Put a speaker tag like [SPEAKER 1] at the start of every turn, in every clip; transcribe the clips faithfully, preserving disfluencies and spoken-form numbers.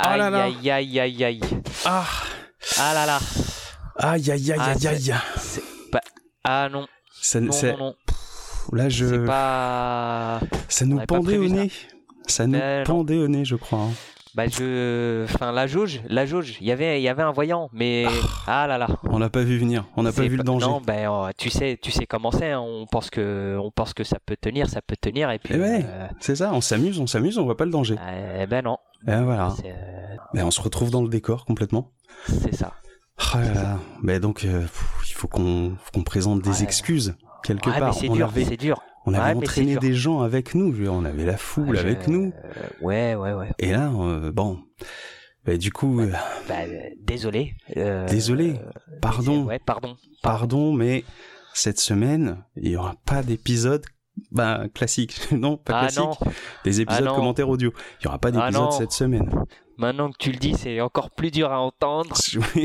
[SPEAKER 1] Aïe,
[SPEAKER 2] là là.
[SPEAKER 1] aïe, aïe, aïe, aïe.
[SPEAKER 2] Ah.
[SPEAKER 1] Ah là là.
[SPEAKER 2] Aïe, aïe, aïe,
[SPEAKER 1] Ah,
[SPEAKER 2] aïe, aïe.
[SPEAKER 1] c'est pas... Ah non.
[SPEAKER 2] Ça,
[SPEAKER 1] Non,
[SPEAKER 2] c'est...
[SPEAKER 1] non, non.
[SPEAKER 2] Là, je...
[SPEAKER 1] C'est pas...
[SPEAKER 2] Ça
[SPEAKER 1] On
[SPEAKER 2] nous
[SPEAKER 1] avait pas
[SPEAKER 2] pendait au
[SPEAKER 1] prévu ça.
[SPEAKER 2] nez. Ça nous
[SPEAKER 1] Euh, non.
[SPEAKER 2] pendait au nez, je crois. hein.
[SPEAKER 1] Bah je... Enfin, la jauge, la jauge, il y avait, il y avait un voyant, mais... Ah là là.
[SPEAKER 2] On n'a pas vu venir. On n'a pas
[SPEAKER 1] C'est
[SPEAKER 2] vu le danger.
[SPEAKER 1] Non, ben euh, tu sais, tu sais comment c'est. Hein. On pense que, on pense que ça peut tenir, ça peut tenir, et puis.
[SPEAKER 2] Eh ouais.
[SPEAKER 1] euh,
[SPEAKER 2] C'est ça, on s'amuse, on s'amuse, on voit pas le danger.
[SPEAKER 1] euh, ben non.
[SPEAKER 2] Et voilà.
[SPEAKER 1] C'est, euh,
[SPEAKER 2] Mais on se retrouve dans le décor complètement.
[SPEAKER 1] c'est ça.
[SPEAKER 2] Ah là là. Mais donc, euh, pff, il faut qu'on, faut qu'on présente des
[SPEAKER 1] Ouais.
[SPEAKER 2] excuses quelque
[SPEAKER 1] Ouais,
[SPEAKER 2] part.
[SPEAKER 1] mais c'est
[SPEAKER 2] on
[SPEAKER 1] dur,
[SPEAKER 2] avait,
[SPEAKER 1] c'est dur.
[SPEAKER 2] on avait
[SPEAKER 1] Ouais, mais c'est
[SPEAKER 2] entraîné
[SPEAKER 1] dur.
[SPEAKER 2] des gens avec nous. je veux dire, On avait la foule
[SPEAKER 1] Je-
[SPEAKER 2] avec nous.
[SPEAKER 1] euh, ouais, ouais, ouais.
[SPEAKER 2] Et là, euh, bon. Bah, du coup, euh,
[SPEAKER 1] Bah, euh, désolé. euh,
[SPEAKER 2] désolé.
[SPEAKER 1] euh,
[SPEAKER 2] Pardon.
[SPEAKER 1] Ouais, pardon.
[SPEAKER 2] Pardon, mais cette semaine, il n'y aura pas d'épisode bah, classique. Non, pas
[SPEAKER 1] Ah
[SPEAKER 2] classique.
[SPEAKER 1] non.
[SPEAKER 2] Des épisodes
[SPEAKER 1] Ah non.
[SPEAKER 2] commentaires audio. Il n'y aura pas
[SPEAKER 1] Ah
[SPEAKER 2] d'épisode
[SPEAKER 1] non.
[SPEAKER 2] cette semaine.
[SPEAKER 1] Maintenant que tu le dis, c'est encore plus dur à entendre.
[SPEAKER 2] Oui.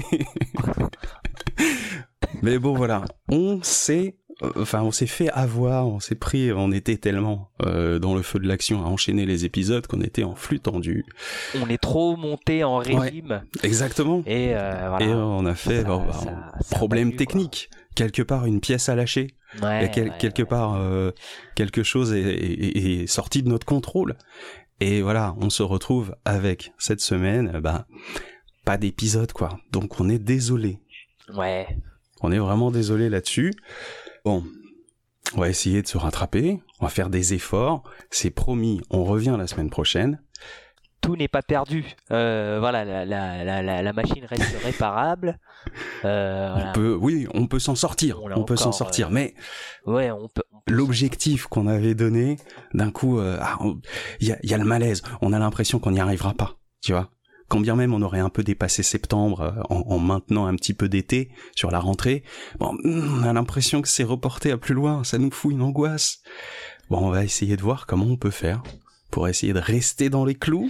[SPEAKER 2] Mais bon, voilà. On s'est, euh, enfin, on s'est fait avoir, on s'est pris, on était tellement euh, dans le feu de l'action à enchaîner les épisodes qu'on était en flux tendu.
[SPEAKER 1] On est trop monté en régime.
[SPEAKER 2] Exactement.
[SPEAKER 1] Et euh, voilà.
[SPEAKER 2] Et on a fait
[SPEAKER 1] Ça-
[SPEAKER 2] bon, bah,
[SPEAKER 1] ça-
[SPEAKER 2] un
[SPEAKER 1] ça a
[SPEAKER 2] problème
[SPEAKER 1] pas vu,
[SPEAKER 2] technique. Quelque part, une pièce à lâcher.
[SPEAKER 1] quoi. Ouais,
[SPEAKER 2] Il y a quel-
[SPEAKER 1] ouais,
[SPEAKER 2] quelque
[SPEAKER 1] ouais.
[SPEAKER 2] part, euh, quelque chose est, est- est sorti de notre contrôle. Et voilà, on se retrouve avec cette semaine, euh, bah, pas d'épisode, quoi. Donc on est désolé.
[SPEAKER 1] Ouais.
[SPEAKER 2] On est vraiment désolé là-dessus. Bon, on va essayer de se rattraper. On va faire des efforts. C'est promis, on revient la semaine prochaine.
[SPEAKER 1] Tout n'est pas perdu. Euh, voilà, la, la, la, la, la machine reste réparable. Euh, voilà.
[SPEAKER 2] On peut, oui, on peut s'en sortir.
[SPEAKER 1] On
[SPEAKER 2] On,
[SPEAKER 1] l'a
[SPEAKER 2] peut s'en
[SPEAKER 1] encore,
[SPEAKER 2] sortir.
[SPEAKER 1] euh,
[SPEAKER 2] Mais
[SPEAKER 1] Ouais, on peut. on peut
[SPEAKER 2] l'objectif qu'on avait donné, d'un coup, euh, ah, on- il y, a, il y a le malaise. On a l'impression qu'on n'y arrivera pas. Tu vois. Quand bien même on aurait un peu dépassé septembre euh, en, en maintenant un petit peu d'été sur la rentrée, bon, on a l'impression que c'est reporté à plus loin. Ça nous fout une angoisse. Bon, on va essayer de voir comment on peut faire pour essayer de rester dans les clous.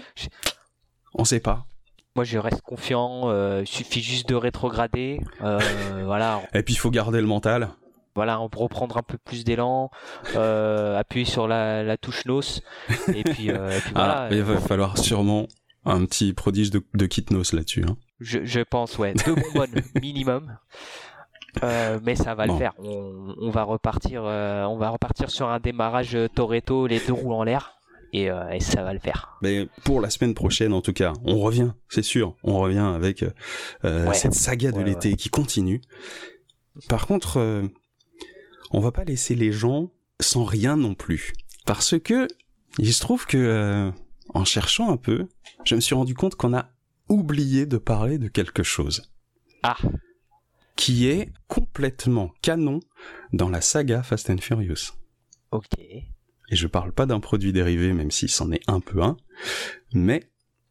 [SPEAKER 2] On sait pas.
[SPEAKER 1] Moi, je reste confiant. Euh, il suffit juste de rétrograder. Euh, voilà,
[SPEAKER 2] Et puis il faut garder le mental.
[SPEAKER 1] voilà, on peut reprendre un peu plus d'élan, euh, appuyer sur la, la touche N O S, et puis, euh, et puis voilà.
[SPEAKER 2] Ah, il va falloir sûrement un petit prodige de, de Kitnos là-dessus. Hein.
[SPEAKER 1] Je, je pense, ouais, deux bonbonnes minimum. Euh, mais ça va
[SPEAKER 2] Bon.
[SPEAKER 1] le faire. On, on va repartir, euh, on va repartir sur un démarrage Toretto, les deux roues en l'air, et, euh, et ça va le faire.
[SPEAKER 2] Mais pour la semaine prochaine, en tout cas, on revient, c'est sûr. On revient avec euh,
[SPEAKER 1] Ouais.
[SPEAKER 2] cette saga de
[SPEAKER 1] Ouais,
[SPEAKER 2] l'été
[SPEAKER 1] ouais.
[SPEAKER 2] qui continue. Par contre, euh, on va pas laisser les gens sans rien non plus. Parce que il se trouve que, euh, en cherchant un peu, je me suis rendu compte qu'on a oublié de parler de quelque chose.
[SPEAKER 1] Ah.
[SPEAKER 2] Qui est complètement canon dans la saga Fast and Furious.
[SPEAKER 1] Ok.
[SPEAKER 2] Et je parle pas d'un produit dérivé, même si c'en est un peu un, mais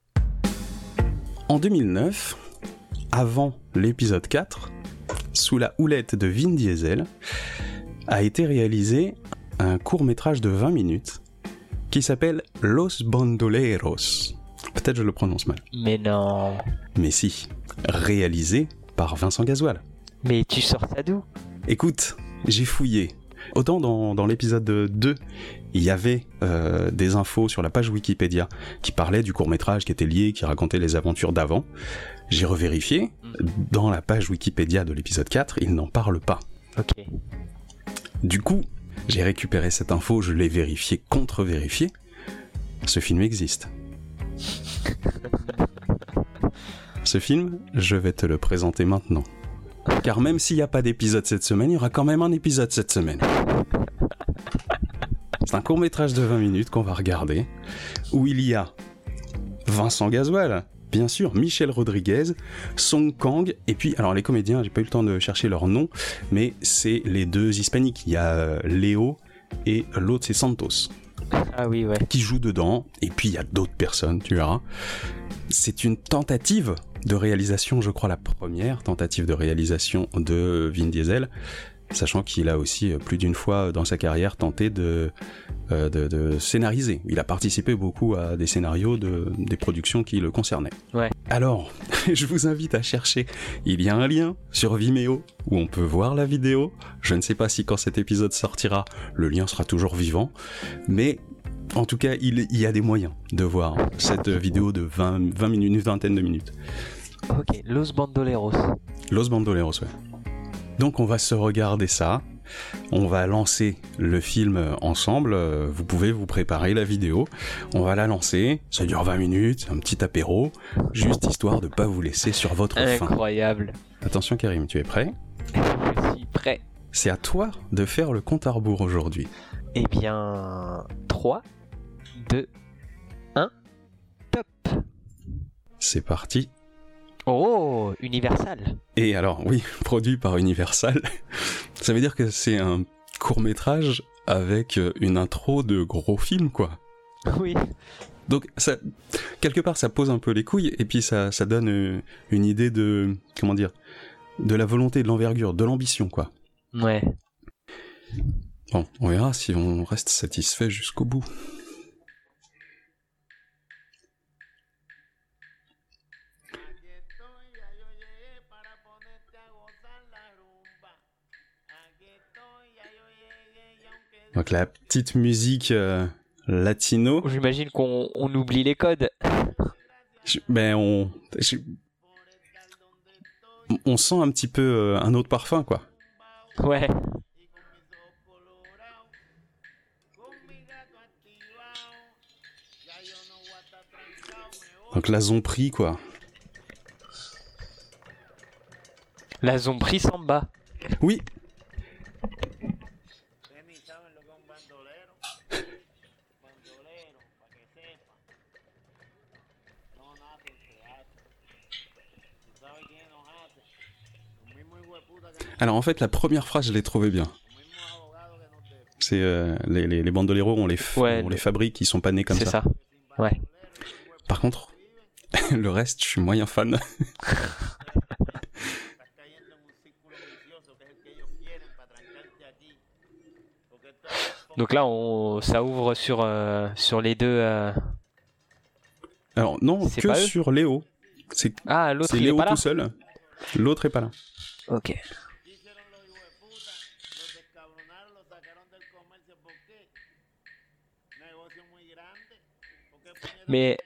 [SPEAKER 2] en deux mille neuf, avant l'épisode quatre, sous la houlette de Vin Diesel, a été réalisé un court-métrage de vingt minutes qui s'appelle Los Bandoleros. Peut-être je le prononce mal.
[SPEAKER 1] Mais non.
[SPEAKER 2] Mais si, réalisé par Vincent Gasoil.
[SPEAKER 1] Mais tu sors ça d'où?
[SPEAKER 2] Écoute, j'ai fouillé. Autant dans, dans l'épisode deux, il y avait euh, des infos sur la page Wikipédia qui parlaient du court-métrage qui était lié, qui racontait les aventures d'avant. J'ai revérifié. Dans la page Wikipédia de l'épisode quatre, il n'en parle pas.
[SPEAKER 1] Ok.
[SPEAKER 2] Du coup, j'ai récupéré cette info, je l'ai vérifiée, contre-vérifiée. Ce film existe. Ce film, je vais te le présenter maintenant. Car même s'il n'y a pas d'épisode cette semaine, il y aura quand même un épisode cette semaine. C'est un court-métrage de vingt minutes qu'on va regarder, où il y a Vincent Gasoil, bien sûr, Michelle Rodriguez, Song Kang, et puis, alors les comédiens, j'ai pas eu le temps de chercher leur nom, mais c'est les deux hispaniques. Il y a euh, Léo et l'autre c'est Santos,
[SPEAKER 1] Ah oui, ouais.
[SPEAKER 2] qui jouent dedans, et puis il y a d'autres personnes, tu verras. C'est une tentative de réalisation, je crois la première tentative de réalisation de Vin Diesel, sachant qu'il a aussi plus d'une fois dans sa carrière tenté de, euh, de, de scénariser. Il a participé beaucoup à des scénarios de, des productions qui le concernaient.
[SPEAKER 1] Ouais.
[SPEAKER 2] Alors, je vous invite à chercher. Il y a un lien sur Vimeo où on peut voir la vidéo. Je ne sais pas si quand cet épisode sortira, le lien sera toujours vivant, mais En tout cas, il, il y a des moyens de voir cette vidéo de vingt, vingt minutes, une vingtaine de minutes.
[SPEAKER 1] Ok, Los Bandoleros.
[SPEAKER 2] Los Bandoleros, ouais. Donc on va se regarder ça. On va lancer le film ensemble. Vous pouvez vous préparer la vidéo. On va la lancer. Ça dure vingt minutes, un petit apéro, juste histoire de pas vous laisser sur votre faim.
[SPEAKER 1] Incroyable.
[SPEAKER 2] Attention Karim, tu es prêt ?
[SPEAKER 1] Je suis prêt.
[SPEAKER 2] C'est à toi de faire le compte à rebours aujourd'hui.
[SPEAKER 1] Eh bien, trois, deux, un, top.
[SPEAKER 2] C'est parti.
[SPEAKER 1] Oh, Universal.
[SPEAKER 2] Et alors, oui, produit par Universal. Ça veut dire que c'est un court-métrage avec une intro de gros film, quoi.
[SPEAKER 1] Oui.
[SPEAKER 2] Donc, ça, quelque part, ça pose un peu les couilles, et puis ça, ça donne une, une idée de, comment dire, de la volonté, de l'envergure, de l'ambition, quoi.
[SPEAKER 1] Ouais.
[SPEAKER 2] Bon, on verra si on reste satisfait jusqu'au bout. Donc la petite musique euh, latino.
[SPEAKER 1] J'imagine qu'on on oublie les codes.
[SPEAKER 2] Je, ben on, je, on sent un petit peu euh, un autre parfum, quoi.
[SPEAKER 1] Ouais.
[SPEAKER 2] Donc la zomprie, quoi.
[SPEAKER 1] La zombie samba.
[SPEAKER 2] Oui. Alors en fait, la première phrase, je l'ai trouvée bien. C'est euh, les, les, les bandoleros, on les, f-
[SPEAKER 1] Ouais,
[SPEAKER 2] on
[SPEAKER 1] le-
[SPEAKER 2] les fabrique, ils sont pas nés comme
[SPEAKER 1] C'est
[SPEAKER 2] ça.
[SPEAKER 1] ça. Ouais.
[SPEAKER 2] Par contre, le reste, je suis moyen fan.
[SPEAKER 1] Donc là, on, ça ouvre sur, euh, sur les deux. euh,
[SPEAKER 2] Alors non,
[SPEAKER 1] C'est
[SPEAKER 2] que
[SPEAKER 1] pas eux
[SPEAKER 2] sur Léo. C'est,
[SPEAKER 1] Ah, l'autre,
[SPEAKER 2] c'est
[SPEAKER 1] il est
[SPEAKER 2] Léo
[SPEAKER 1] pas là.
[SPEAKER 2] tout seul. L'autre est pas là.
[SPEAKER 1] Ok. Mais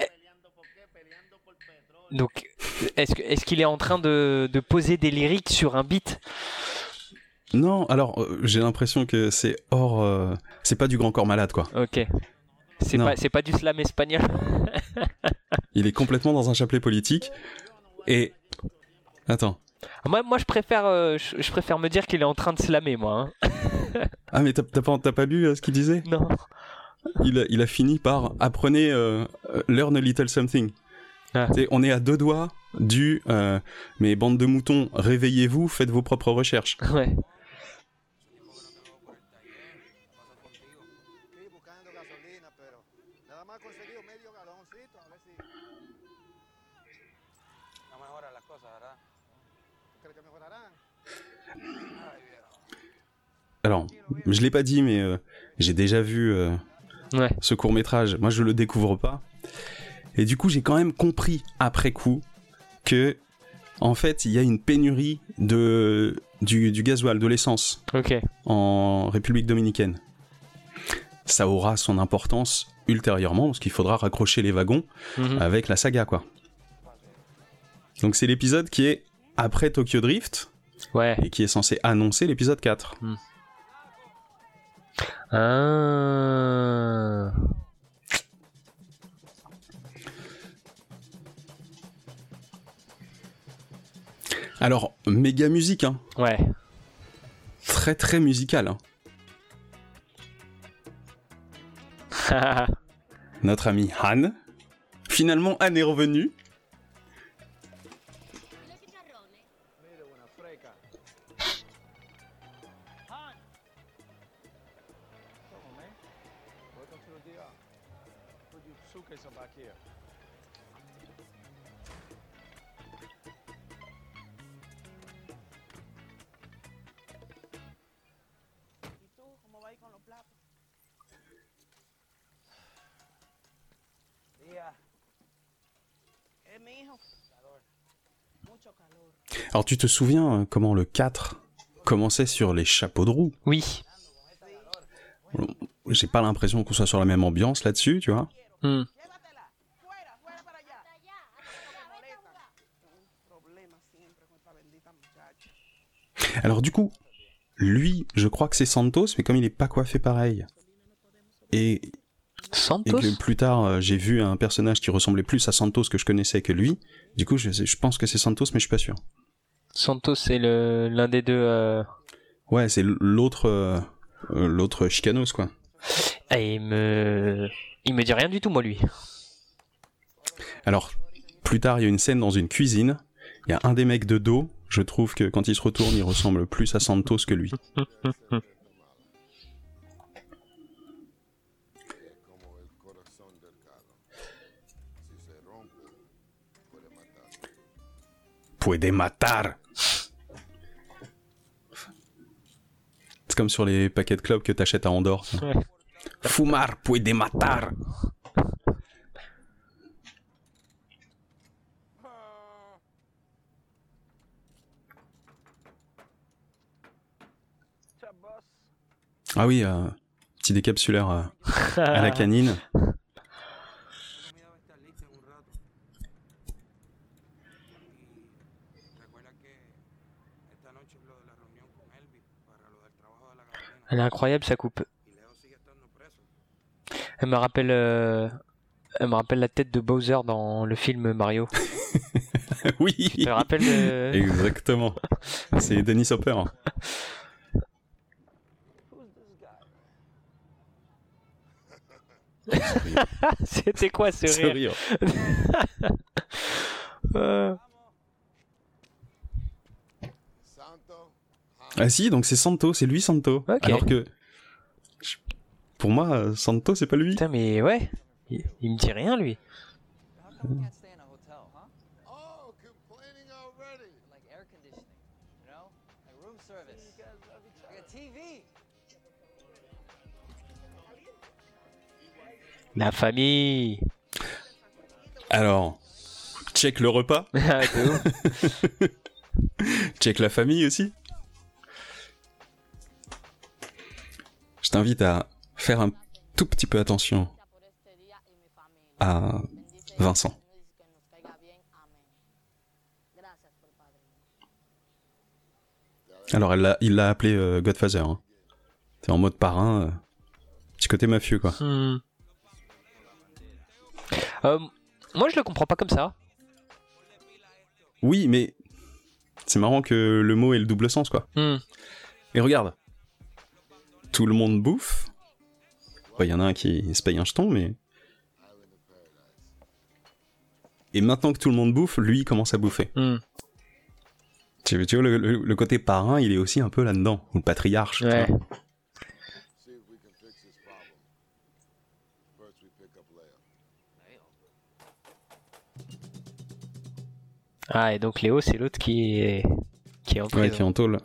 [SPEAKER 1] donc, est-ce que- est-ce qu'il est en train de, de poser des lyriques sur un beat?
[SPEAKER 2] Non, alors euh, j'ai l'impression que c'est hors, euh, c'est pas du Grand Corps Malade, quoi.
[SPEAKER 1] Ok. C'est
[SPEAKER 2] Non.
[SPEAKER 1] pas, c'est pas du slam espagnol.
[SPEAKER 2] Il est complètement dans un chapelet politique. Et attends.
[SPEAKER 1] Moi, moi, je préfère, euh, je, je préfère me dire qu'il est en train de slammer, moi. hein.
[SPEAKER 2] Ah mais t'as, t'as pas, t'as pas lu euh, ce qu'il disait?
[SPEAKER 1] Non.
[SPEAKER 2] Il a, il a fini par apprenez, euh, euh, learn a little something.
[SPEAKER 1] Ah.
[SPEAKER 2] C'est- on est à deux doigts du, euh, mais bande de moutons, réveillez-vous, faites vos propres recherches.
[SPEAKER 1] Ouais.
[SPEAKER 2] Alors, je l'ai pas dit, mais euh, j'ai déjà vu euh,
[SPEAKER 1] Ouais.
[SPEAKER 2] ce court-métrage. Moi, je le découvre pas. Et du coup, j'ai quand même compris après coup que, en fait, il y a une pénurie de du, du gasoil, de l'essence
[SPEAKER 1] Ok.
[SPEAKER 2] en République dominicaine. Ça aura son importance ultérieurement, parce qu'il faudra raccrocher les wagons
[SPEAKER 1] Mhm.
[SPEAKER 2] avec la saga, quoi. Donc c'est l'épisode qui est après Tokyo Drift
[SPEAKER 1] Ouais.
[SPEAKER 2] et qui est censé annoncer l'épisode quatre.
[SPEAKER 1] Ah.
[SPEAKER 2] Alors, méga musique, hein.
[SPEAKER 1] Ouais.
[SPEAKER 2] Très très musical, hein. Notre ami Han. Finalement, Han est revenu. Alors tu te souviens euh, comment le quatre commençait sur les chapeaux de roue?
[SPEAKER 1] Oui.
[SPEAKER 2] j'ai pas l'impression qu'on soit sur la même ambiance là-dessus, tu vois.
[SPEAKER 1] Hmm.
[SPEAKER 2] Alors du coup, lui, je crois que c'est Santos, mais comme il est pas coiffé pareil, et, et
[SPEAKER 1] Santos
[SPEAKER 2] que plus tard euh, j'ai vu un personnage qui ressemblait plus à Santos que je connaissais que lui, du coup je, je pense que c'est Santos, mais je suis pas sûr.
[SPEAKER 1] Santos, c'est le l'un des deux. Euh...
[SPEAKER 2] Ouais, c'est l'autre, euh, euh, l'autre Chicanos, quoi.
[SPEAKER 1] Et il me, il me dit rien du tout, moi, lui.
[SPEAKER 2] Alors, plus tard, il y a une scène dans une cuisine. Il y a un des mecs de dos. Je trouve que quand il se retourne, il ressemble plus à Santos que lui. Puede matar. C'est comme sur les paquets de clopes que t'achètes à Andorre.
[SPEAKER 1] Ouais.
[SPEAKER 2] Fumar puede matar. Ah oui, euh, petit décapsuleur euh, à la canine.
[SPEAKER 1] Elle est incroyable, sa coupe. Elle me rappelle, euh... elle me rappelle la tête de Bowser dans le film Mario.
[SPEAKER 2] Oui.
[SPEAKER 1] Tu te rappelles de...
[SPEAKER 2] Exactement. C'est Dennis Hopper.
[SPEAKER 1] C'était quoi ce
[SPEAKER 2] Ce
[SPEAKER 1] rire,
[SPEAKER 2] rire.
[SPEAKER 1] euh...
[SPEAKER 2] Ah si, donc c'est Santo, c'est lui Santo.
[SPEAKER 1] Ok.
[SPEAKER 2] Alors que je- pour moi, Santo c'est pas lui.
[SPEAKER 1] Putain, mais ouais, il, il me dit rien, lui. La famille.
[SPEAKER 2] Alors, check le repas,
[SPEAKER 1] Ah, de ouf.
[SPEAKER 2] check la famille aussi. Je t'invite à faire un tout petit peu attention à Vincent. Alors, elle l'a- il l'a appelé euh, Godfather. Hein. C'est en mode parrain, euh, petit côté mafieux quoi.
[SPEAKER 1] Hmm. Euh, moi, je le comprends pas comme ça.
[SPEAKER 2] Oui, mais c'est marrant que le mot ait le double sens quoi.
[SPEAKER 1] Hmm.
[SPEAKER 2] Et regarde, tout le monde bouffe. Il y en a un qui se paye un jeton, mais... Et maintenant que tout le monde bouffe, lui il commence à bouffer.
[SPEAKER 1] Hmm.
[SPEAKER 2] Tu, tu vois, le, le, le côté parrain, il est aussi un peu là-dedans. Ou le patriarche. tu
[SPEAKER 1] Ouais.
[SPEAKER 2] vois.
[SPEAKER 1] Ah, et donc Léo, c'est l'autre qui est qui est en
[SPEAKER 2] Ouais,
[SPEAKER 1] prison.
[SPEAKER 2] qui est en tôle.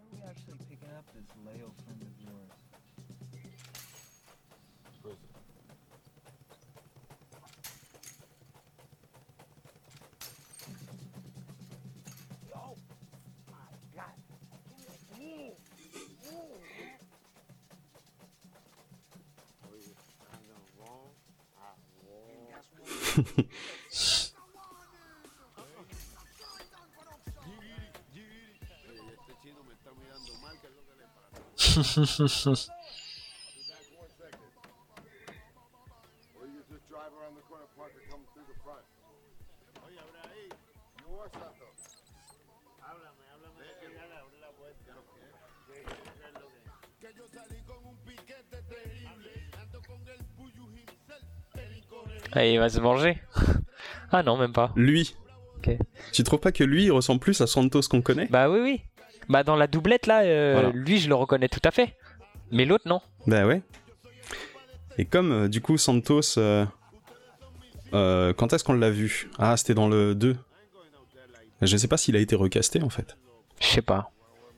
[SPEAKER 1] Ah, il va se venger. Ah non, même pas.
[SPEAKER 2] Lui.
[SPEAKER 1] Ok.
[SPEAKER 2] Tu trouves pas que lui, il ressemble plus à Santos qu'on connaît?
[SPEAKER 1] Bah oui, oui. Bah dans la doublette là, euh,
[SPEAKER 2] Voilà.
[SPEAKER 1] lui je le reconnais tout à fait. Mais l'autre non.
[SPEAKER 2] Bah ouais. Et comme, euh, du coup, Santos... euh, euh, quand est-ce qu'on l'a vu? Ah, c'était dans le deux. Je sais pas s'il a été recasté, en fait.
[SPEAKER 1] Je sais pas.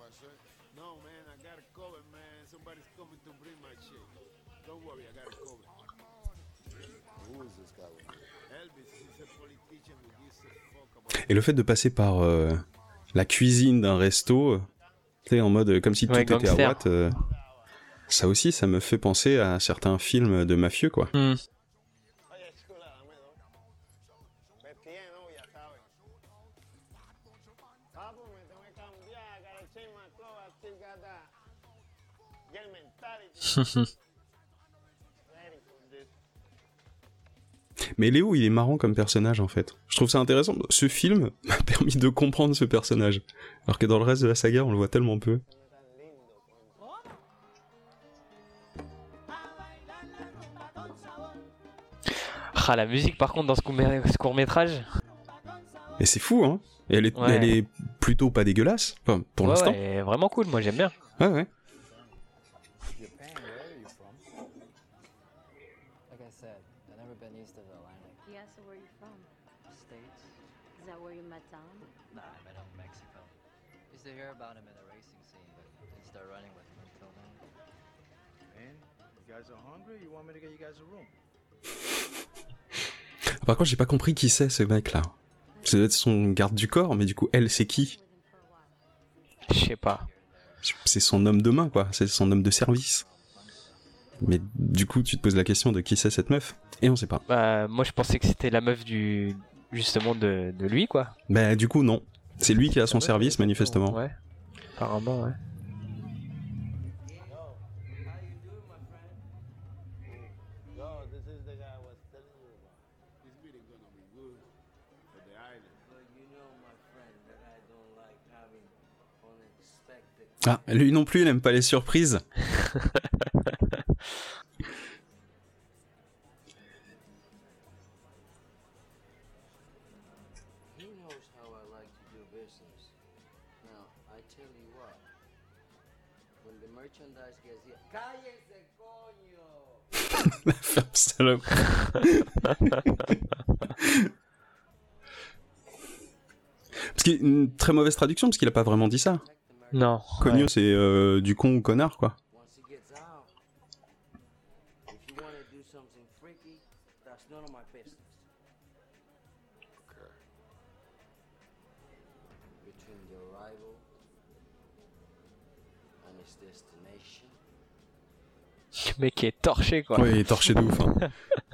[SPEAKER 2] Et le fait de passer par euh, la cuisine d'un resto, euh, tu sais, en mode euh, comme si tout
[SPEAKER 1] Ouais,
[SPEAKER 2] était à
[SPEAKER 1] gangster.
[SPEAKER 2] Watt, euh, Ça aussi, ça me fait penser à certains films de mafieux, quoi.
[SPEAKER 1] Mm.
[SPEAKER 2] Mais Léo, il est marrant comme personnage, en fait. Je trouve ça intéressant. Ce film m'a permis de comprendre ce personnage. Alors que dans le reste de la saga, on le voit tellement peu.
[SPEAKER 1] Ah, la musique, par contre, dans ce court- ce court-métrage.
[SPEAKER 2] Et c'est fou, hein. Et elle est,
[SPEAKER 1] Ouais.
[SPEAKER 2] elle est plutôt pas dégueulasse, enfin, pour
[SPEAKER 1] Ouais,
[SPEAKER 2] l'instant.
[SPEAKER 1] ouais, vraiment cool, moi j'aime bien.
[SPEAKER 2] Ouais, ouais.
[SPEAKER 3] Like I said, I've never been east of the Atlantic.
[SPEAKER 4] Yeah, so where are you from?
[SPEAKER 3] States?
[SPEAKER 4] Is that where you met Dom?
[SPEAKER 3] Nah, I met him in Mexico. Used to hear about him in the racing scene, but didn't start running with him until now.
[SPEAKER 5] Man, you guys are hungry? You want me to get you guys a room?
[SPEAKER 2] Par contre, j'ai pas compris qui c'est, ce mec-là. Ça doit être son garde du corps, mais du coup, elle, c'est qui?
[SPEAKER 1] Je sais pas.
[SPEAKER 2] C'est son homme de main, quoi. C'est son homme de service. Mais du coup, tu te poses la question de qui c'est cette meuf, et on sait pas.
[SPEAKER 1] Bah, moi je pensais que c'était la meuf du. Justement de, de lui, quoi.
[SPEAKER 2] Bah, du coup, non. C'est lui qui a son service, manifestement.
[SPEAKER 1] Ouais. Apparemment, ouais.
[SPEAKER 5] Yo, this is the guy I was telling you about. He's really gonna be good for the island.
[SPEAKER 6] But you know, my friend, that I don't like having unexpected.
[SPEAKER 2] Ah, lui non plus, il aime pas les surprises.
[SPEAKER 6] He knows how I like to do business. Now, I tell you what. When the merchandise gets here. ¡Cállese, coño!
[SPEAKER 2] La femme salope. Parce qu'il y a une très mauvaise traduction, parce qu'il a pas vraiment dit ça.
[SPEAKER 1] Non.
[SPEAKER 2] Cogno,
[SPEAKER 1] ouais.
[SPEAKER 2] c'est euh, du con ou connard, quoi.
[SPEAKER 6] Once he gets out, if you want to do something freaky, that's none of my business.
[SPEAKER 5] Okay.
[SPEAKER 6] Between the arrival and his destination,
[SPEAKER 1] Le mec est torché, quoi.
[SPEAKER 2] Ouais, il est torché de ouf. Hein.
[SPEAKER 6] very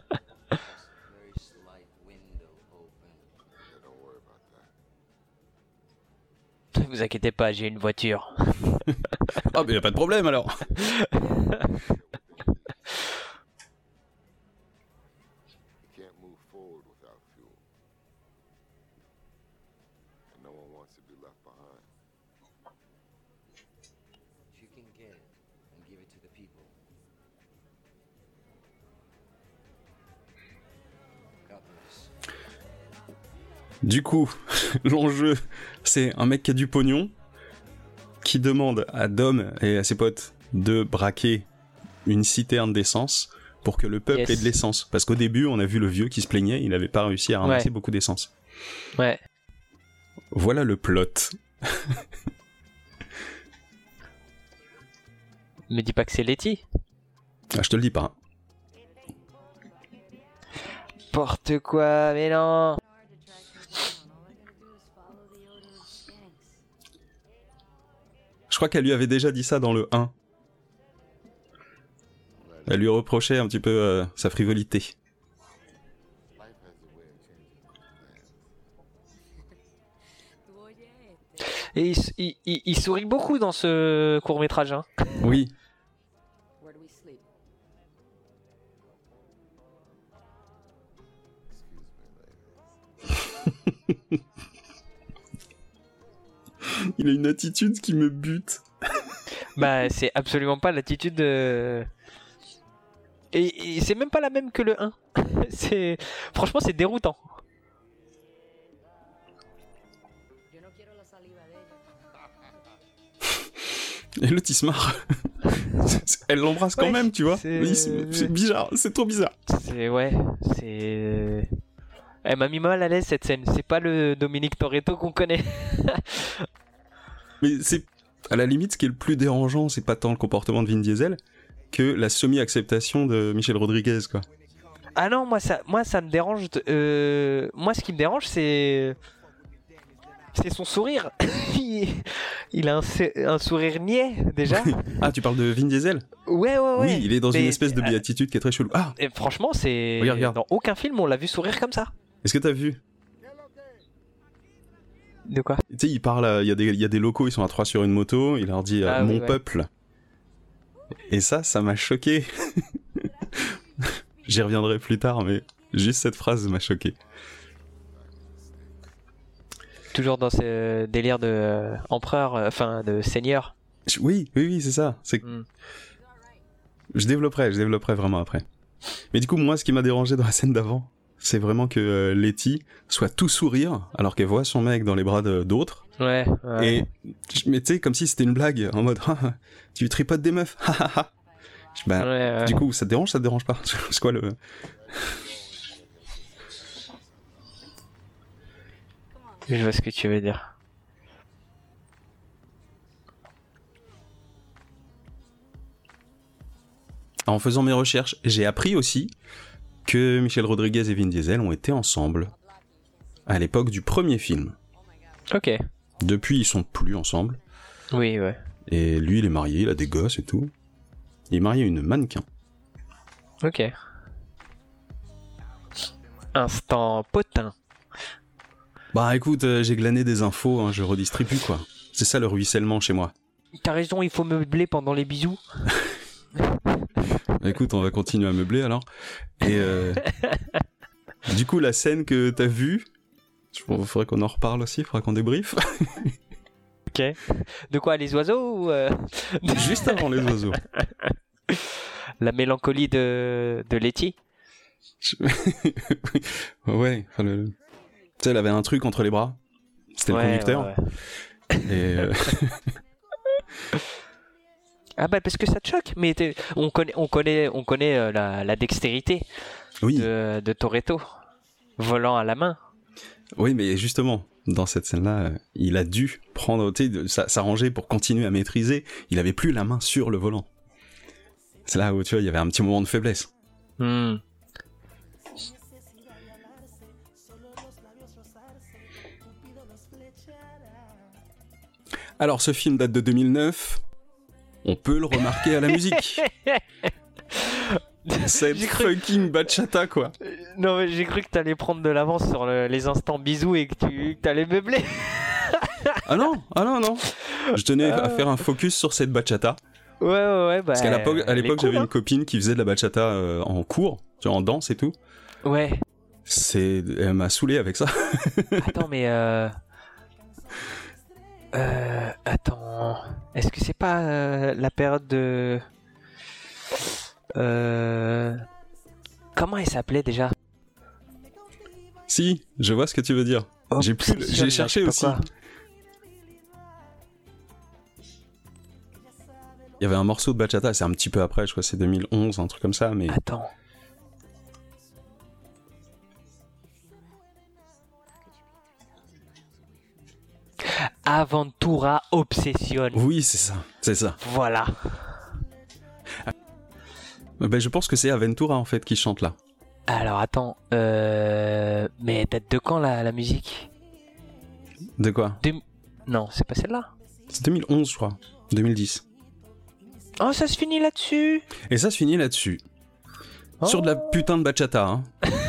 [SPEAKER 6] slight window open.
[SPEAKER 5] Yeah, don't worry about that.
[SPEAKER 1] Vous inquiétez pas, j'ai une voiture.
[SPEAKER 2] Ah, mais y a pas de problème alors.
[SPEAKER 5] You can't move forward without fuel. And no one wants to be left behind.
[SPEAKER 6] You can get it and give it to the people. God bless.
[SPEAKER 2] Du coup, l'enjeu, c'est un mec qui a du pognon, qui demande à Dom et à ses potes de braquer une citerne d'essence pour que le peuple
[SPEAKER 1] Yes.
[SPEAKER 2] ait de l'essence. Parce qu'au début, on a vu le vieux qui se plaignait, il n'avait pas réussi à ramasser
[SPEAKER 1] Ouais.
[SPEAKER 2] beaucoup d'essence.
[SPEAKER 1] Ouais.
[SPEAKER 2] Voilà le plot.
[SPEAKER 1] Me dis pas que c'est Letty.
[SPEAKER 2] Ah, je te le dis pas.
[SPEAKER 1] N'importe quoi, mais non.
[SPEAKER 2] Je crois qu'elle lui avait déjà dit ça dans le un. Elle lui reprochait un petit peu euh, sa frivolité.
[SPEAKER 5] Life has a way of changing plans.
[SPEAKER 1] Et il, s- il- il- il sourit beaucoup dans ce court métrage. Hein.
[SPEAKER 2] Oui.
[SPEAKER 4] Where do we sleep?
[SPEAKER 5] Excuse me, ladies.
[SPEAKER 2] Il a une attitude qui me bute.
[SPEAKER 1] Bah, c'est absolument pas l'attitude de. Et, et c'est même pas la même que le un. c'est... Franchement, c'est déroutant.
[SPEAKER 4] Yo no quiero la saliva de ella.
[SPEAKER 2] Et l'autre il se marre. Elle l'embrasse quand
[SPEAKER 1] Ouais,
[SPEAKER 2] même, tu vois.
[SPEAKER 1] c'est-
[SPEAKER 2] Mais il se- C'est bizarre, c'est trop bizarre.
[SPEAKER 1] C'est. Ouais, c'est. Elle m'a mis mal à l'aise cette scène. C'est pas le Dominique Toretto qu'on connaît.
[SPEAKER 2] Mais c'est à la limite ce qui est le plus dérangeant, c'est pas tant le comportement de Vin Diesel que la semi-acceptation de Michel Rodriguez, quoi.
[SPEAKER 1] Ah non, moi ça, moi ça me dérange. de- euh, Moi, ce qui me dérange, c'est. C'est son sourire. il... Il a un, sé- un sourire niais déjà.
[SPEAKER 2] Ah, tu parles de Vin Diesel?
[SPEAKER 1] Ouais, ouais, ouais.
[SPEAKER 2] Oui, il est dans
[SPEAKER 1] Mais-
[SPEAKER 2] une espèce de béatitude qui est très chelou. Ah,
[SPEAKER 1] Et franchement, c'est.
[SPEAKER 2] Regarde, regarde.
[SPEAKER 1] Dans aucun film on l'a vu sourire comme ça.
[SPEAKER 2] est-ce que t'as vu?
[SPEAKER 1] De quoi?
[SPEAKER 2] Tu sais, il parle, à- il y, a des- il y a des locaux, ils sont à trois sur une moto, il leur dit euh,
[SPEAKER 1] Ah, oui,
[SPEAKER 2] mon
[SPEAKER 1] ouais.
[SPEAKER 2] peuple. Et ça, ça m'a choqué. J'y reviendrai plus tard, mais juste cette phrase m'a choqué.
[SPEAKER 1] Toujours dans ce délire de euh, empereur, euh, enfin de seigneur.
[SPEAKER 2] Je- Oui, oui, oui, c'est ça. C'est...
[SPEAKER 1] Mm.
[SPEAKER 2] Je développerai, je développerai vraiment après. Mais du coup, moi, ce qui m'a dérangé dans la scène d'avant, c'est vraiment que euh, Letty soit tout sourire alors qu'elle voit son mec dans les bras de- d'autres.
[SPEAKER 1] Ouais. ouais.
[SPEAKER 2] Et je- mais tu sais, comme si c'était une blague, en mode ah, tu tripotes des meufs. ha, ha, ha. Je- bah,
[SPEAKER 1] Ouais, ouais.
[SPEAKER 2] Du coup, ça te dérange, ça te dérange pas? C'est quoi le...
[SPEAKER 1] Je vois ce que tu veux dire.
[SPEAKER 2] En faisant mes recherches, j'ai appris aussi que Michel Rodriguez et Vin Diesel ont été ensemble à l'époque du premier film.
[SPEAKER 1] Ok.
[SPEAKER 2] Depuis, ils sont plus ensemble.
[SPEAKER 1] Oui, ouais.
[SPEAKER 2] Et lui, il est marié, il a des gosses et tout. Il est marié à une mannequin.
[SPEAKER 1] Ok. Instant potin.
[SPEAKER 2] Bah écoute, euh, j'ai glané des infos, hein, je redistribue quoi. C'est ça le ruissellement chez moi.
[SPEAKER 1] T'as raison, il faut meubler pendant les bisous.
[SPEAKER 2] Bah, écoute, on va continuer à meubler alors. Et euh, du coup, la scène que t'as vue, il faudrait qu'on en reparle aussi, il faudrait qu'on débriefe.
[SPEAKER 1] Ok. De quoi, les oiseaux ou euh,
[SPEAKER 2] Juste avant les oiseaux.
[SPEAKER 1] la mélancolie de, de Letty?
[SPEAKER 2] Je- ouais, enfin, le... tu sais, elle avait un truc entre les bras. C'était
[SPEAKER 1] Ouais,
[SPEAKER 2] le conducteur.
[SPEAKER 1] ouais, ouais.
[SPEAKER 2] Et euh,
[SPEAKER 1] Ah bah parce que ça te choque, mais t'es- on connaît, on connaît, on connaît euh, la, la dextérité
[SPEAKER 2] oui,
[SPEAKER 1] de, de Toretto, volant à la main.
[SPEAKER 2] oui, mais justement, dans cette scène-là, euh, il a dû prendre, tu sais, de- s'a- s'arranger pour continuer à maîtriser. Il avait plus la main sur le volant. C'est là où tu vois, il y avait un petit moment de faiblesse.
[SPEAKER 1] Hmm.
[SPEAKER 2] Alors, ce film date de deux mille neuf. On peut le remarquer à la musique. Cette
[SPEAKER 1] J'ai cru-
[SPEAKER 2] fucking bachata, quoi.
[SPEAKER 1] Non mais j'ai cru que t'allais prendre de l'avance sur le- les instants bisous et que tu que t'allais meubler.
[SPEAKER 2] Ah non, ah non, non. Je tenais à
[SPEAKER 1] Ah.
[SPEAKER 2] faire un focus sur cette bachata.
[SPEAKER 1] Ouais ouais ouais. Bah,
[SPEAKER 2] Parce qu'à l'époque, à
[SPEAKER 1] elle est
[SPEAKER 2] l'époque
[SPEAKER 1] cool,
[SPEAKER 2] j'avais
[SPEAKER 1] hein.
[SPEAKER 2] une copine qui faisait de la bachata euh, en cours, tu vois, en danse et tout.
[SPEAKER 1] Ouais.
[SPEAKER 2] C'est, elle m'a saoulé avec ça.
[SPEAKER 1] Attends mais euh... Euh... Attends. Est-ce que c'est pas euh, la période de... Euh... Comment elle s'appelait déjà?
[SPEAKER 2] Si, je vois ce que tu veux dire. J'ai plus-
[SPEAKER 1] Obsession,
[SPEAKER 2] j'ai
[SPEAKER 1] là,
[SPEAKER 2] cherché
[SPEAKER 1] je sais pas
[SPEAKER 2] aussi. Il y avait un morceau de bachata, c'est un petit peu après, je crois que c'est deux mille onze, un truc comme ça, mais
[SPEAKER 1] quoi. Attends. Aventura Obsession.
[SPEAKER 2] oui, c'est ça, c'est ça.
[SPEAKER 1] Voilà.
[SPEAKER 2] Ben, je pense que c'est Aventura en fait qui chante là.
[SPEAKER 1] Alors attends, euh... mais elle date de quand la, la musique?
[SPEAKER 2] De quoi?
[SPEAKER 1] Non, c'est pas celle-là.
[SPEAKER 2] C'est deux mille onze, je crois. deux mille dix.
[SPEAKER 1] Oh, ça se finit là-dessus.
[SPEAKER 2] Et ça se finit là-dessus. Sur de la
[SPEAKER 1] Oh.
[SPEAKER 2] putain de bachata, hein.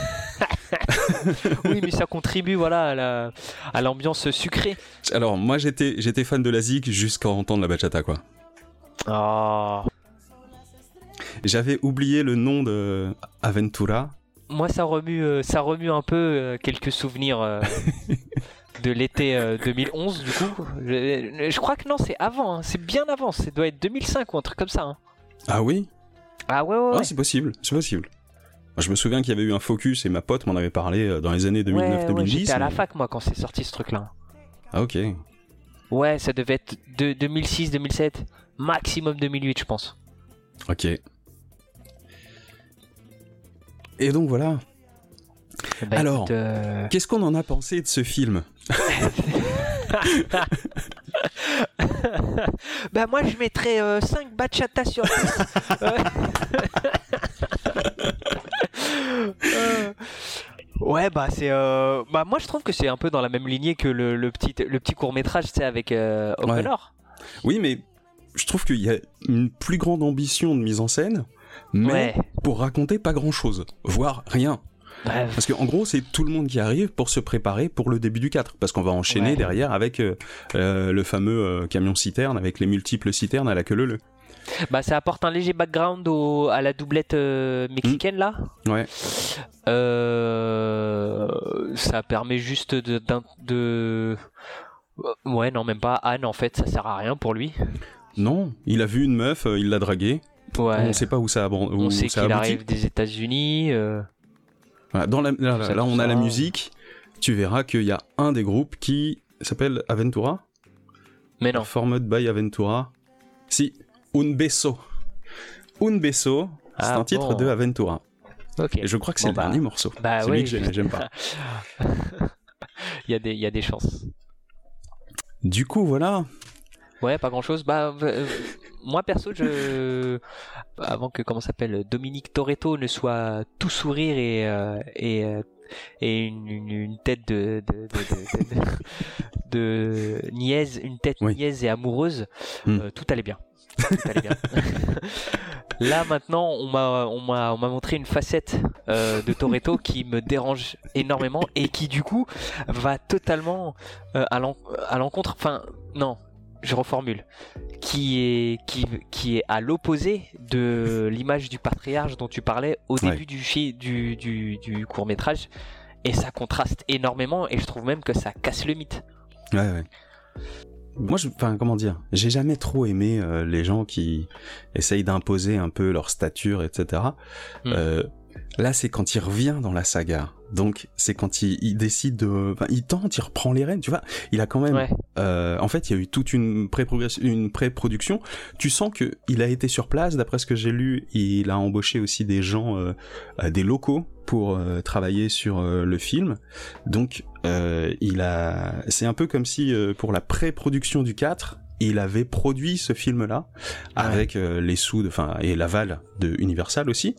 [SPEAKER 1] Oui, mais ça contribue, voilà, à la- à l'ambiance sucrée.
[SPEAKER 2] Alors, moi j'étais, j'étais fan de la zik jusqu'à entendre la bachata, quoi.
[SPEAKER 1] Oh.
[SPEAKER 2] J'avais oublié le nom de Aventura.
[SPEAKER 1] Moi, ça remue, euh, ça remue un peu euh, quelques souvenirs euh, de l'été euh, deux mille onze, du coup. Je, je crois que non, c'est avant, hein, c'est bien avant, ça doit être deux mille cinq ou un truc comme ça. Hein.
[SPEAKER 2] Ah oui?
[SPEAKER 1] Ah ouais, ouais, ouais.
[SPEAKER 2] Ah, c'est possible, c'est possible. Moi, je me souviens qu'il y avait eu un focus et ma pote m'en avait parlé euh, dans les années deux mille neuf
[SPEAKER 1] Ouais,
[SPEAKER 2] deux mille dix.
[SPEAKER 1] ouais, j'étais à la
[SPEAKER 2] mais-
[SPEAKER 1] fac, moi, quand c'est sorti ce truc-là.
[SPEAKER 2] Ah ok.
[SPEAKER 1] Ouais, ça devait être de deux mille six deux mille sept, maximum deux mille huit, je pense.
[SPEAKER 2] Ok. Et donc voilà.
[SPEAKER 1] Bah,
[SPEAKER 2] Alors,
[SPEAKER 1] écoute, euh,
[SPEAKER 2] Qu'est-ce qu'on en a pensé de ce film?
[SPEAKER 1] bah moi je mettrais euh, cinq bachata sur dix. Euh, Ouais bah c'est euh, bah moi je trouve que c'est un peu dans la même lignée que le, le petit le petit court métrage tu sais avec euh, O'Connor.
[SPEAKER 2] Oui, mais je trouve qu'il y a une plus grande ambition de mise en scène, mais
[SPEAKER 1] Ouais.
[SPEAKER 2] pour raconter pas grand-chose, voire rien.
[SPEAKER 1] Ouais.
[SPEAKER 2] Parce qu'en gros, c'est tout le monde qui arrive pour se préparer pour le début du quatre, parce qu'on va enchaîner
[SPEAKER 1] Ouais.
[SPEAKER 2] derrière avec euh, euh, le fameux euh, camion-citerne, avec les multiples citernes à la queue leu-leu.
[SPEAKER 1] Bah, ça apporte un léger background au- à la doublette euh, mexicaine là.
[SPEAKER 2] Ouais.
[SPEAKER 1] Euh, ça permet juste de, d'un- de... Ouais, non, même pas. Anne, en fait, ça sert à rien pour lui.
[SPEAKER 2] Non, il a vu une meuf, euh, il l'a draguée.
[SPEAKER 1] Ouais.
[SPEAKER 2] On sait pas où ça a, où
[SPEAKER 1] On sait
[SPEAKER 2] ça
[SPEAKER 1] qu'il
[SPEAKER 2] aboutit.
[SPEAKER 1] arrive des États-Unis. euh,
[SPEAKER 2] Voilà, dans la, là, là,
[SPEAKER 1] Ça,
[SPEAKER 2] là, on a
[SPEAKER 1] ça.
[SPEAKER 2] la musique. Tu verras qu'il y a un des groupes qui s'appelle Aventura.
[SPEAKER 1] Mais non.
[SPEAKER 2] Formed by Aventura. Si, Un Beso. Un Beso, c'est
[SPEAKER 1] Ah,
[SPEAKER 2] un titre
[SPEAKER 1] bon.
[SPEAKER 2] de Aventura.
[SPEAKER 1] Ok.
[SPEAKER 2] Et je crois que c'est
[SPEAKER 1] Bon,
[SPEAKER 2] le
[SPEAKER 1] bah.
[SPEAKER 2] dernier morceau.
[SPEAKER 1] Bah
[SPEAKER 2] Celui
[SPEAKER 1] ouais,
[SPEAKER 2] que j'ai-
[SPEAKER 1] juste.
[SPEAKER 2] j'aime pas.
[SPEAKER 1] Il y a des, il y a des chances.
[SPEAKER 2] Du coup, voilà.
[SPEAKER 1] Ouais, pas grand chose. Bah, euh, moi perso, je. Avant que, comment ça s'appelle, Dominique Toretto ne soit tout sourire et. euh, et euh, et une, une, une tête de de, de, de, de, de niaise, une tête
[SPEAKER 2] Oui.
[SPEAKER 1] niaise et amoureuse,
[SPEAKER 2] Hmm.
[SPEAKER 1] euh, tout allait bien. Tout allait bien. Là maintenant, on m'a on m'a on m'a montré une facette euh, de Toretto qui me dérange énormément et qui du coup va totalement euh, à l'en- à l'encontre. Enfin, non, je reformule. Qui est qui qui est à l'opposé de l'image du patriarche dont tu parlais au
[SPEAKER 2] Ouais.
[SPEAKER 1] début du fi- du du, du court métrage. Et ça contraste énormément et je trouve même que ça casse le mythe.
[SPEAKER 2] Ouais, ouais. Moi, je, enfin, comment dire, j'ai jamais trop aimé euh, les gens qui essayent d'imposer un peu leur stature, et cetera.
[SPEAKER 1] Mm.
[SPEAKER 2] Euh, là, c'est quand il revient dans la saga. Donc, c'est quand il, il décide de, enfin, il tente, il reprend les rênes. Tu vois, il a quand même.
[SPEAKER 1] Ouais.
[SPEAKER 2] Euh, en fait, il y a eu toute une pré-progress- une pré-production. Tu sens que il a été sur place. D'après ce que j'ai lu, il a embauché aussi des gens, euh, euh, des locaux pour euh, travailler sur euh, le film. Donc, euh, il a, c'est un peu comme si euh, pour la pré-production du quatre, il avait produit ce film-là avec euh, les sous, de, enfin, et l'aval de Universal aussi.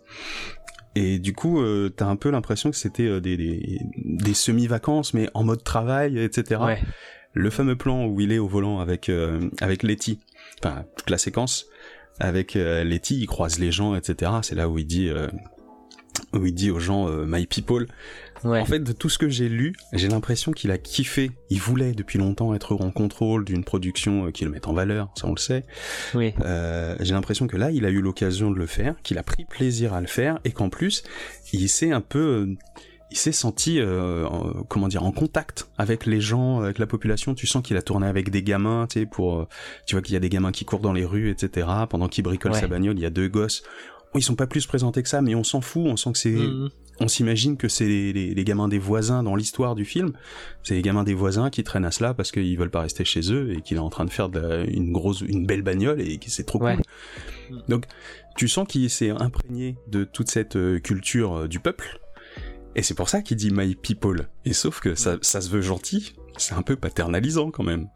[SPEAKER 2] Et du coup, euh, t'as un peu l'impression que c'était euh, des, des, des semi-vacances, mais en mode travail, et cetera.
[SPEAKER 1] Ouais.
[SPEAKER 2] Le fameux plan où il est au volant avec euh, avec Letty, enfin toute la séquence avec euh, Letty, il croise les gens, et cetera. C'est là où il dit euh, où il dit aux gens euh, My people.
[SPEAKER 1] Ouais.
[SPEAKER 2] En fait, de tout ce que j'ai lu, j'ai l'impression qu'il a kiffé. Il voulait depuis longtemps être en contrôle d'une production euh, qui le mette en valeur, ça on le sait.
[SPEAKER 1] Oui.
[SPEAKER 2] Euh, j'ai l'impression que là, il a eu l'occasion de le faire, qu'il a pris plaisir à le faire, et qu'en plus, il s'est un peu, euh, il s'est senti, euh, en- comment dire, en contact avec les gens, avec la population. Tu sens qu'il a tourné avec des gamins, tu sais, pour, euh, tu vois qu'il y a des gamins qui courent dans les rues, et cetera. Pendant qu'il bricole
[SPEAKER 1] Ouais.
[SPEAKER 2] sa bagnole, il y a deux gosses. Bon, ils sont pas plus présentés que ça, mais on s'en fout. On sent que c'est,
[SPEAKER 1] Mhm.
[SPEAKER 2] on s'imagine que c'est les, les, les gamins des voisins dans l'histoire du film. C'est les gamins des voisins qui traînent à cela parce qu'ils veulent pas rester chez eux et qu'il est en train de faire de la- une grosse, une belle bagnole et que c'est trop
[SPEAKER 1] Ouais.
[SPEAKER 2] cool. Donc, tu sens qu'il s'est imprégné de toute cette euh, culture euh, du peuple. Et c'est pour ça qu'il dit My People. Et sauf que ça, ça se veut gentil. C'est un peu paternalisant quand même.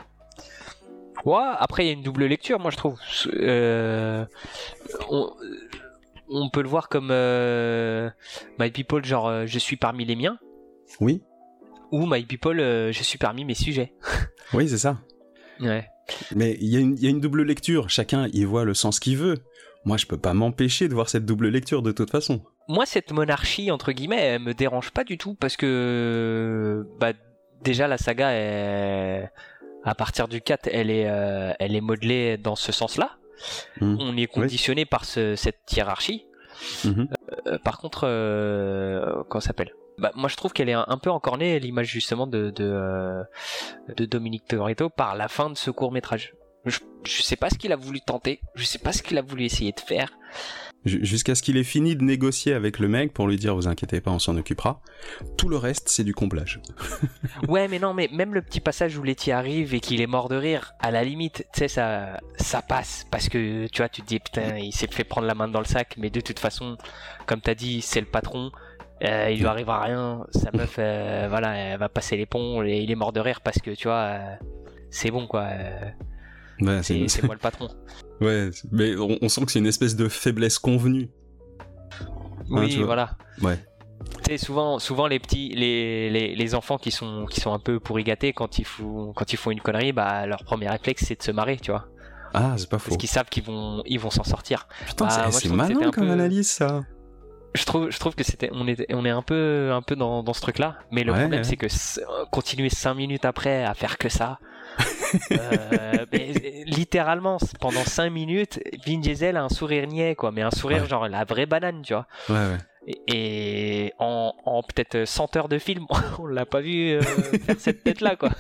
[SPEAKER 1] Ouais, après il y a une double lecture, moi je trouve. Euh, on, on peut le voir comme euh, My People, genre euh, je suis parmi les miens,
[SPEAKER 2] Oui,
[SPEAKER 1] ou My People, euh, je suis parmi mes sujets.
[SPEAKER 2] oui, c'est ça.
[SPEAKER 1] Ouais.
[SPEAKER 2] Mais il y, a une- il y a une double lecture. Chacun y voit le sens qu'il veut. Moi, je peux pas m'empêcher de voir cette double lecture de toute façon.
[SPEAKER 1] Moi, cette monarchie, entre guillemets, elle me dérange pas du tout parce que bah, déjà la saga, est... à partir du quatre, elle est, euh, elle est modelée dans ce sens-là.
[SPEAKER 2] Mhm.
[SPEAKER 1] On est conditionné par ce- cette hiérarchie.
[SPEAKER 2] Mhm.
[SPEAKER 1] Euh, par contre, euh, comment ça s'appelle bah, moi, je trouve qu'elle est un, un peu encornée, l'image justement de, de, euh, de Dominique Toretto par la fin de ce court métrage. Je, je sais pas ce qu'il a voulu tenter, je sais pas ce qu'il a voulu essayer de faire.
[SPEAKER 2] J- Jusqu'à ce qu'il ait fini de négocier avec le mec pour lui dire vous inquiétez pas, on s'en occupera. Tout le reste, c'est du comblage.
[SPEAKER 1] Ouais, mais non, mais même le petit passage où Letty arrive et qu'il est mort de rire, à la limite, tu sais, ça, ça passe. Parce que, tu vois, tu te dis, putain, il s'est fait prendre la main dans le sac, mais de toute façon, comme t'as dit, c'est le patron, euh, il lui arrivera rien, sa meuf, euh, voilà, elle va passer les ponts, et il est mort de rire parce que, tu vois, euh, c'est bon, quoi. euh,
[SPEAKER 2] Ouais,
[SPEAKER 1] c'est, c'est moi le patron.
[SPEAKER 2] ouais, mais on, on sent que c'est une espèce de faiblesse convenue. Hein,
[SPEAKER 1] Oui,
[SPEAKER 2] tu vois.
[SPEAKER 1] voilà.
[SPEAKER 2] Ouais.
[SPEAKER 1] Tu sais, souvent, souvent les petits, les, les, les enfants qui sont, qui sont un peu pourri gâtés quand ils font, quand ils font une connerie, bah, leur premier réflexe, c'est de se marrer, tu vois.
[SPEAKER 2] Ah, c'est pas faux.
[SPEAKER 1] Parce qu'ils savent qu'ils vont, ils vont s'en sortir.
[SPEAKER 2] Putain,
[SPEAKER 1] Bah,
[SPEAKER 2] c'est,
[SPEAKER 1] moi, je
[SPEAKER 2] c'est
[SPEAKER 1] trouve que
[SPEAKER 2] malin
[SPEAKER 1] c'était un
[SPEAKER 2] comme
[SPEAKER 1] peu-
[SPEAKER 2] analyse, ça.
[SPEAKER 1] Je trouve, je trouve que c'était, on est, on est un peu, un peu dans, dans ce truc-là. Mais le
[SPEAKER 2] Ouais,
[SPEAKER 1] problème,
[SPEAKER 2] ouais.
[SPEAKER 1] c'est que c- euh, continuer cinq minutes après à faire que ça, euh, mais, euh, littéralement, c- pendant cinq minutes, Vin Diesel a un sourire niais, quoi. Mais un sourire
[SPEAKER 2] Ouais.
[SPEAKER 1] genre la vraie banane, tu vois.
[SPEAKER 2] Ouais, ouais.
[SPEAKER 1] Et, et en, en peut-être cent heures de film, on l'a pas vu euh, faire cette tête-là, quoi.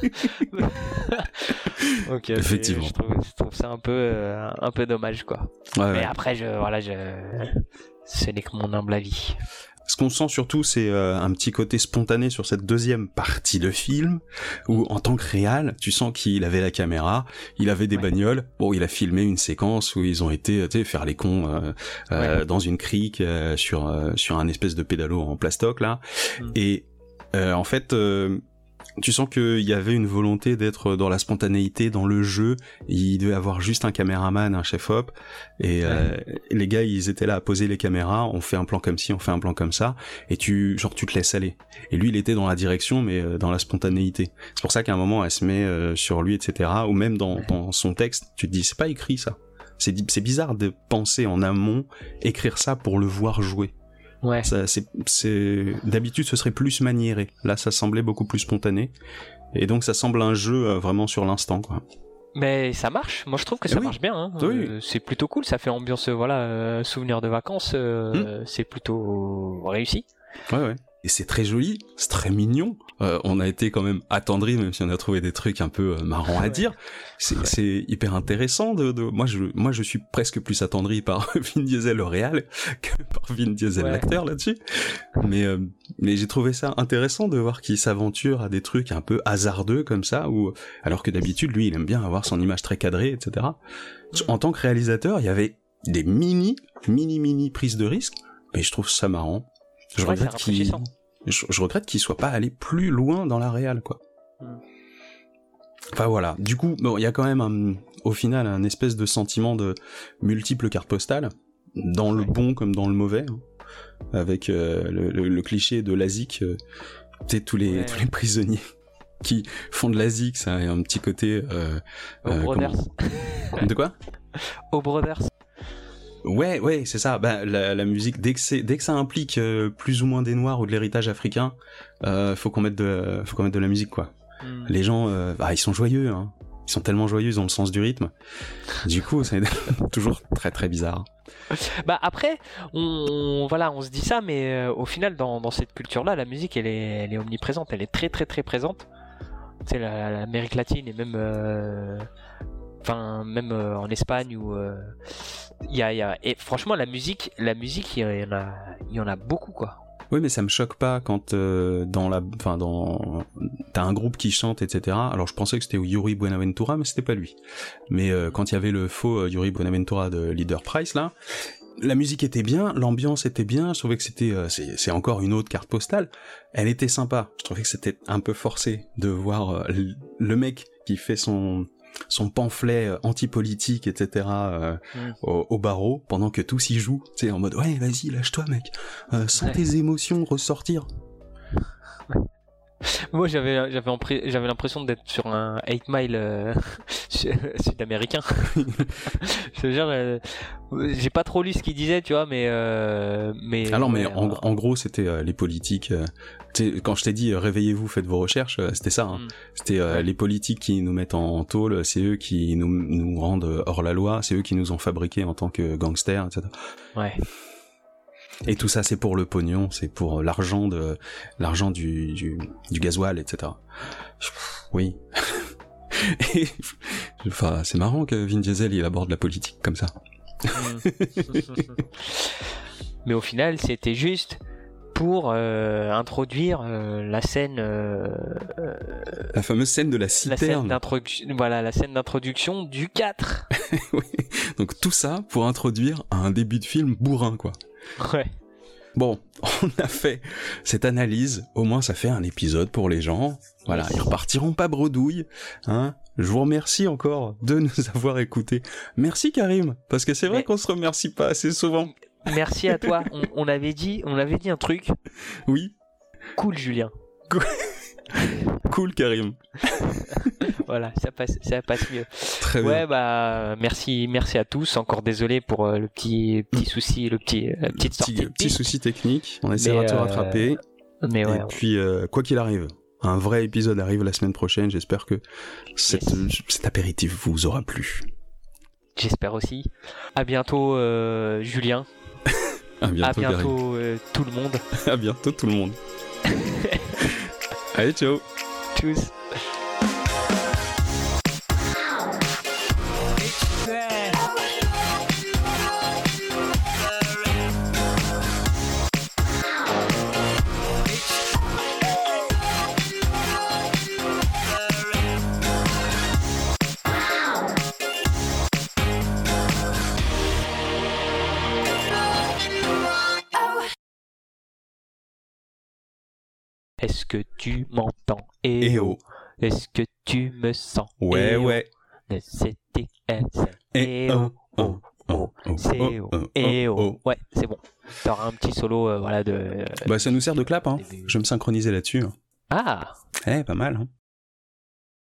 [SPEAKER 1] Donc, euh, c'est-
[SPEAKER 2] Effectivement.
[SPEAKER 1] Je trouve, je trouve ça un peu, euh, un peu dommage, quoi.
[SPEAKER 2] Ouais,
[SPEAKER 1] Mais
[SPEAKER 2] ouais.
[SPEAKER 1] après, je, voilà, je, ce n'est que mon humble avis.
[SPEAKER 2] Ce qu'on sent surtout, c'est euh, un petit côté spontané sur cette deuxième partie de film, où en tant que réal, tu sens qu'il avait la caméra, il avait des
[SPEAKER 1] Ouais.
[SPEAKER 2] bagnoles, bon, il a filmé une séquence où ils ont été, tu sais, faire les cons euh, euh,
[SPEAKER 1] Ouais.
[SPEAKER 2] dans une crique euh, sur euh, sur un espèce de pédalo en plastoc là,
[SPEAKER 1] Mm.
[SPEAKER 2] et euh, en fait. Euh, tu sens qu'il y avait une volonté d'être dans la spontanéité, dans le jeu. Il devait avoir juste un caméraman, un chef-op. Et euh, les gars, ils étaient là à poser les caméras. On fait un plan comme ci, on fait un plan comme ça. Et tu, genre, tu te laisses aller. Et lui, il était dans la direction, mais euh, dans la spontanéité. C'est pour ça qu'à un moment, elle se met euh, sur lui, et cetera. Ou même dans, dans son texte, tu te dis, c'est pas écrit ça. C'est, c'est bizarre de penser en amont, écrire ça pour le voir jouer.
[SPEAKER 1] Ouais.
[SPEAKER 2] Ça, c'est, c'est, d'habitude, ce serait plus maniéré. Là, ça semblait beaucoup plus spontané. Et donc, ça semble un jeu euh, vraiment sur l'instant, quoi.
[SPEAKER 1] Mais ça marche, moi je trouve que
[SPEAKER 2] Eh
[SPEAKER 1] ça
[SPEAKER 2] oui.
[SPEAKER 1] marche bien. Hein.
[SPEAKER 2] Oui.
[SPEAKER 1] Euh, c'est plutôt cool, ça fait ambiance, euh, voilà, euh, souvenir de vacances, euh, c'est plutôt réussi.
[SPEAKER 2] Ouais, ouais. Et c'est très joli, c'est très mignon. Euh, on a été quand même attendris, même si on a trouvé des trucs un peu euh, marrants à
[SPEAKER 1] Ouais.
[SPEAKER 2] dire. C'est, c'est hyper intéressant. De, de... Moi, je, moi, je suis presque plus attendri par Vin Diesel le réal que par Vin Diesel
[SPEAKER 1] Ouais.
[SPEAKER 2] l'acteur là-dessus. Mais, euh, mais j'ai trouvé ça intéressant de voir qu'il s'aventure à des trucs un peu hasardeux comme ça, où, alors que d'habitude, lui, il aime bien avoir son image très cadrée, et cetera. En tant que réalisateur, il y avait des mini, mini, mini prises de risque, mais je trouve ça marrant. Je
[SPEAKER 1] Ouais, c'est
[SPEAKER 2] regrette qu'il,
[SPEAKER 1] rafraîchissant.
[SPEAKER 2] je, je regrette qu'il soit pas allé plus loin dans la réal, quoi.
[SPEAKER 1] Mm.
[SPEAKER 2] Enfin voilà. Du coup, bon, il y a quand même un, au final un espèce de sentiment de multiples cartes postales, dans le
[SPEAKER 1] Ouais.
[SPEAKER 2] bon comme dans le mauvais, hein, avec euh, le, le, le cliché de l'A S I C, euh, tu sais, tous les
[SPEAKER 1] Ouais.
[SPEAKER 2] tous les prisonniers qui font de l'A S I C, ça a un petit côté. Euh,
[SPEAKER 1] Au
[SPEAKER 2] euh,
[SPEAKER 1] Brothers.
[SPEAKER 2] comment- De quoi?
[SPEAKER 1] Au Brothers.
[SPEAKER 2] Ouais, ouais, c'est ça. Bah, la, la musique, dès que c'est, dès que ça implique euh, plus ou moins des noirs ou de l'héritage africain, euh, faut qu'on mette de, faut qu'on mette de la musique, quoi.
[SPEAKER 1] Hmm.
[SPEAKER 2] Les gens, euh, bah, ils sont joyeux, hein. Ils sont tellement joyeux, ils ont le sens du rythme. Du coup, c'est toujours très très bizarre.
[SPEAKER 1] Bah après, on, on- voilà, on se dit ça, mais euh, au final, dans, dans cette culture-là, la musique, elle est, elle est omniprésente, elle est très très très présente. Tu sais, la- l'Amérique latine et même, euh, enfin, même euh, en Espagne où il y a, il y a, et franchement, la musique, la musique, il y en a, il y en a beaucoup, quoi.
[SPEAKER 2] Oui, mais ça me choque pas quand euh, dans la, enfin dans, t'as un groupe qui chante, et cetera. Alors je pensais que c'était Yuri Buenaventura, mais c'était pas lui. Mais euh, quand il y avait le faux euh, Yuri Buenaventura de Leader Price là, la musique était bien, l'ambiance était bien. Je trouvais que c'était, euh, c'est, c'est encore une autre carte postale. Elle était sympa. Je trouvais que c'était un peu forcé de voir euh, le mec qui fait son son pamphlet euh, anti-politique, et cetera euh,
[SPEAKER 1] Mm.
[SPEAKER 2] au, au barreau, pendant que tous y jouent, tu sais, en mode ouais, vas-y, lâche-toi, mec, euh, sens
[SPEAKER 1] Ouais.
[SPEAKER 2] tes émotions ressortir.
[SPEAKER 1] Moi, j'avais, j'avais, empré- j'avais l'impression d'être sur un eight mile euh, sud-américain. Je te jure, euh, j'ai pas trop lu ce qu'il disait, tu vois, mais. Euh, mais
[SPEAKER 2] Alors, mais
[SPEAKER 1] ouais,
[SPEAKER 2] en,
[SPEAKER 1] euh,
[SPEAKER 2] en gros, c'était euh, les politiques. euh, tu sais, quand je t'ai dit euh, réveillez-vous, faites vos recherches, euh, c'était ça. Hein.
[SPEAKER 1] Mm.
[SPEAKER 2] C'était euh,
[SPEAKER 1] Ouais.
[SPEAKER 2] les politiques qui nous mettent en, en tôle, c'est eux qui nous, nous rendent hors la loi, c'est eux qui nous ont fabriqués en tant que gangsters, et cetera.
[SPEAKER 1] Ouais.
[SPEAKER 2] Et tout ça, c'est pour le pognon, c'est pour l'argent de l'argent du, du, du gasoil, et cetera. Oui. Et, enfin, c'est marrant que Vin Diesel il aborde la politique comme ça.
[SPEAKER 1] Mais au final, c'était juste pour euh, introduire euh, la scène, euh,
[SPEAKER 2] La fameuse scène de la
[SPEAKER 1] la scène
[SPEAKER 2] citerne.
[SPEAKER 1] d'introduction, voilà, la scène d'introduction du quatre.
[SPEAKER 2] Oui. Donc tout ça pour introduire un début de film bourrin, quoi.
[SPEAKER 1] Ouais.
[SPEAKER 2] Bon, on a fait cette analyse, au moins ça fait un épisode pour les gens. Voilà,
[SPEAKER 1] Yes.
[SPEAKER 2] ils repartiront pas bredouilles, hein. Je vous remercie encore de nous avoir écoutés. Merci Karim, parce que c'est vrai
[SPEAKER 1] Mais-
[SPEAKER 2] qu'on se remercie pas assez souvent.
[SPEAKER 1] Merci à toi. On, on avait dit, on avait dit un truc.
[SPEAKER 2] Oui.
[SPEAKER 1] Cool, Julien.
[SPEAKER 2] Cool, Karim.
[SPEAKER 1] Voilà, ça passe, ça passe mieux.
[SPEAKER 2] Très bien.
[SPEAKER 1] Ouais, bah merci, merci à tous. Encore désolé pour euh, le petit, petit souci, le petit, la petite sortie.
[SPEAKER 2] Petit,
[SPEAKER 1] de
[SPEAKER 2] petit
[SPEAKER 1] piste.
[SPEAKER 2] souci technique. On essaiera
[SPEAKER 1] Mais,
[SPEAKER 2] de te
[SPEAKER 1] euh,
[SPEAKER 2] rattraper.
[SPEAKER 1] Mais ouais,
[SPEAKER 2] Et puis, euh, quoi qu'il arrive, un vrai épisode arrive la semaine prochaine. J'espère que cette,
[SPEAKER 1] Yes.
[SPEAKER 2] cet apéritif vous aura plu.
[SPEAKER 1] j'espère aussi. À bientôt, euh, Julien.
[SPEAKER 2] À bientôt,
[SPEAKER 1] à
[SPEAKER 2] Karim.
[SPEAKER 1] bientôt, euh, tout le monde.
[SPEAKER 2] À bientôt, tout le monde. Allez, ciao.
[SPEAKER 1] Tchuss. Est-ce que tu m'entends? Eh
[SPEAKER 2] Eh
[SPEAKER 1] oh.
[SPEAKER 2] oh.
[SPEAKER 1] Est-ce que tu me sens?
[SPEAKER 2] Ouais,
[SPEAKER 1] Eh oh.
[SPEAKER 2] ouais.
[SPEAKER 1] C'était
[SPEAKER 2] Eh
[SPEAKER 1] Eh
[SPEAKER 2] oh,
[SPEAKER 1] oh.
[SPEAKER 2] oh, oh,
[SPEAKER 1] C'est
[SPEAKER 2] oh,
[SPEAKER 1] oh.
[SPEAKER 2] oh,
[SPEAKER 1] Eh
[SPEAKER 2] oh,
[SPEAKER 1] oh.
[SPEAKER 2] oh.
[SPEAKER 1] Ouais, c'est bon. T'auras un petit solo, euh, voilà, de...
[SPEAKER 2] Bah, ça nous sert de clap, hein. Je vais me synchroniser là-dessus.
[SPEAKER 1] Ah!
[SPEAKER 2] Eh, pas mal, hein.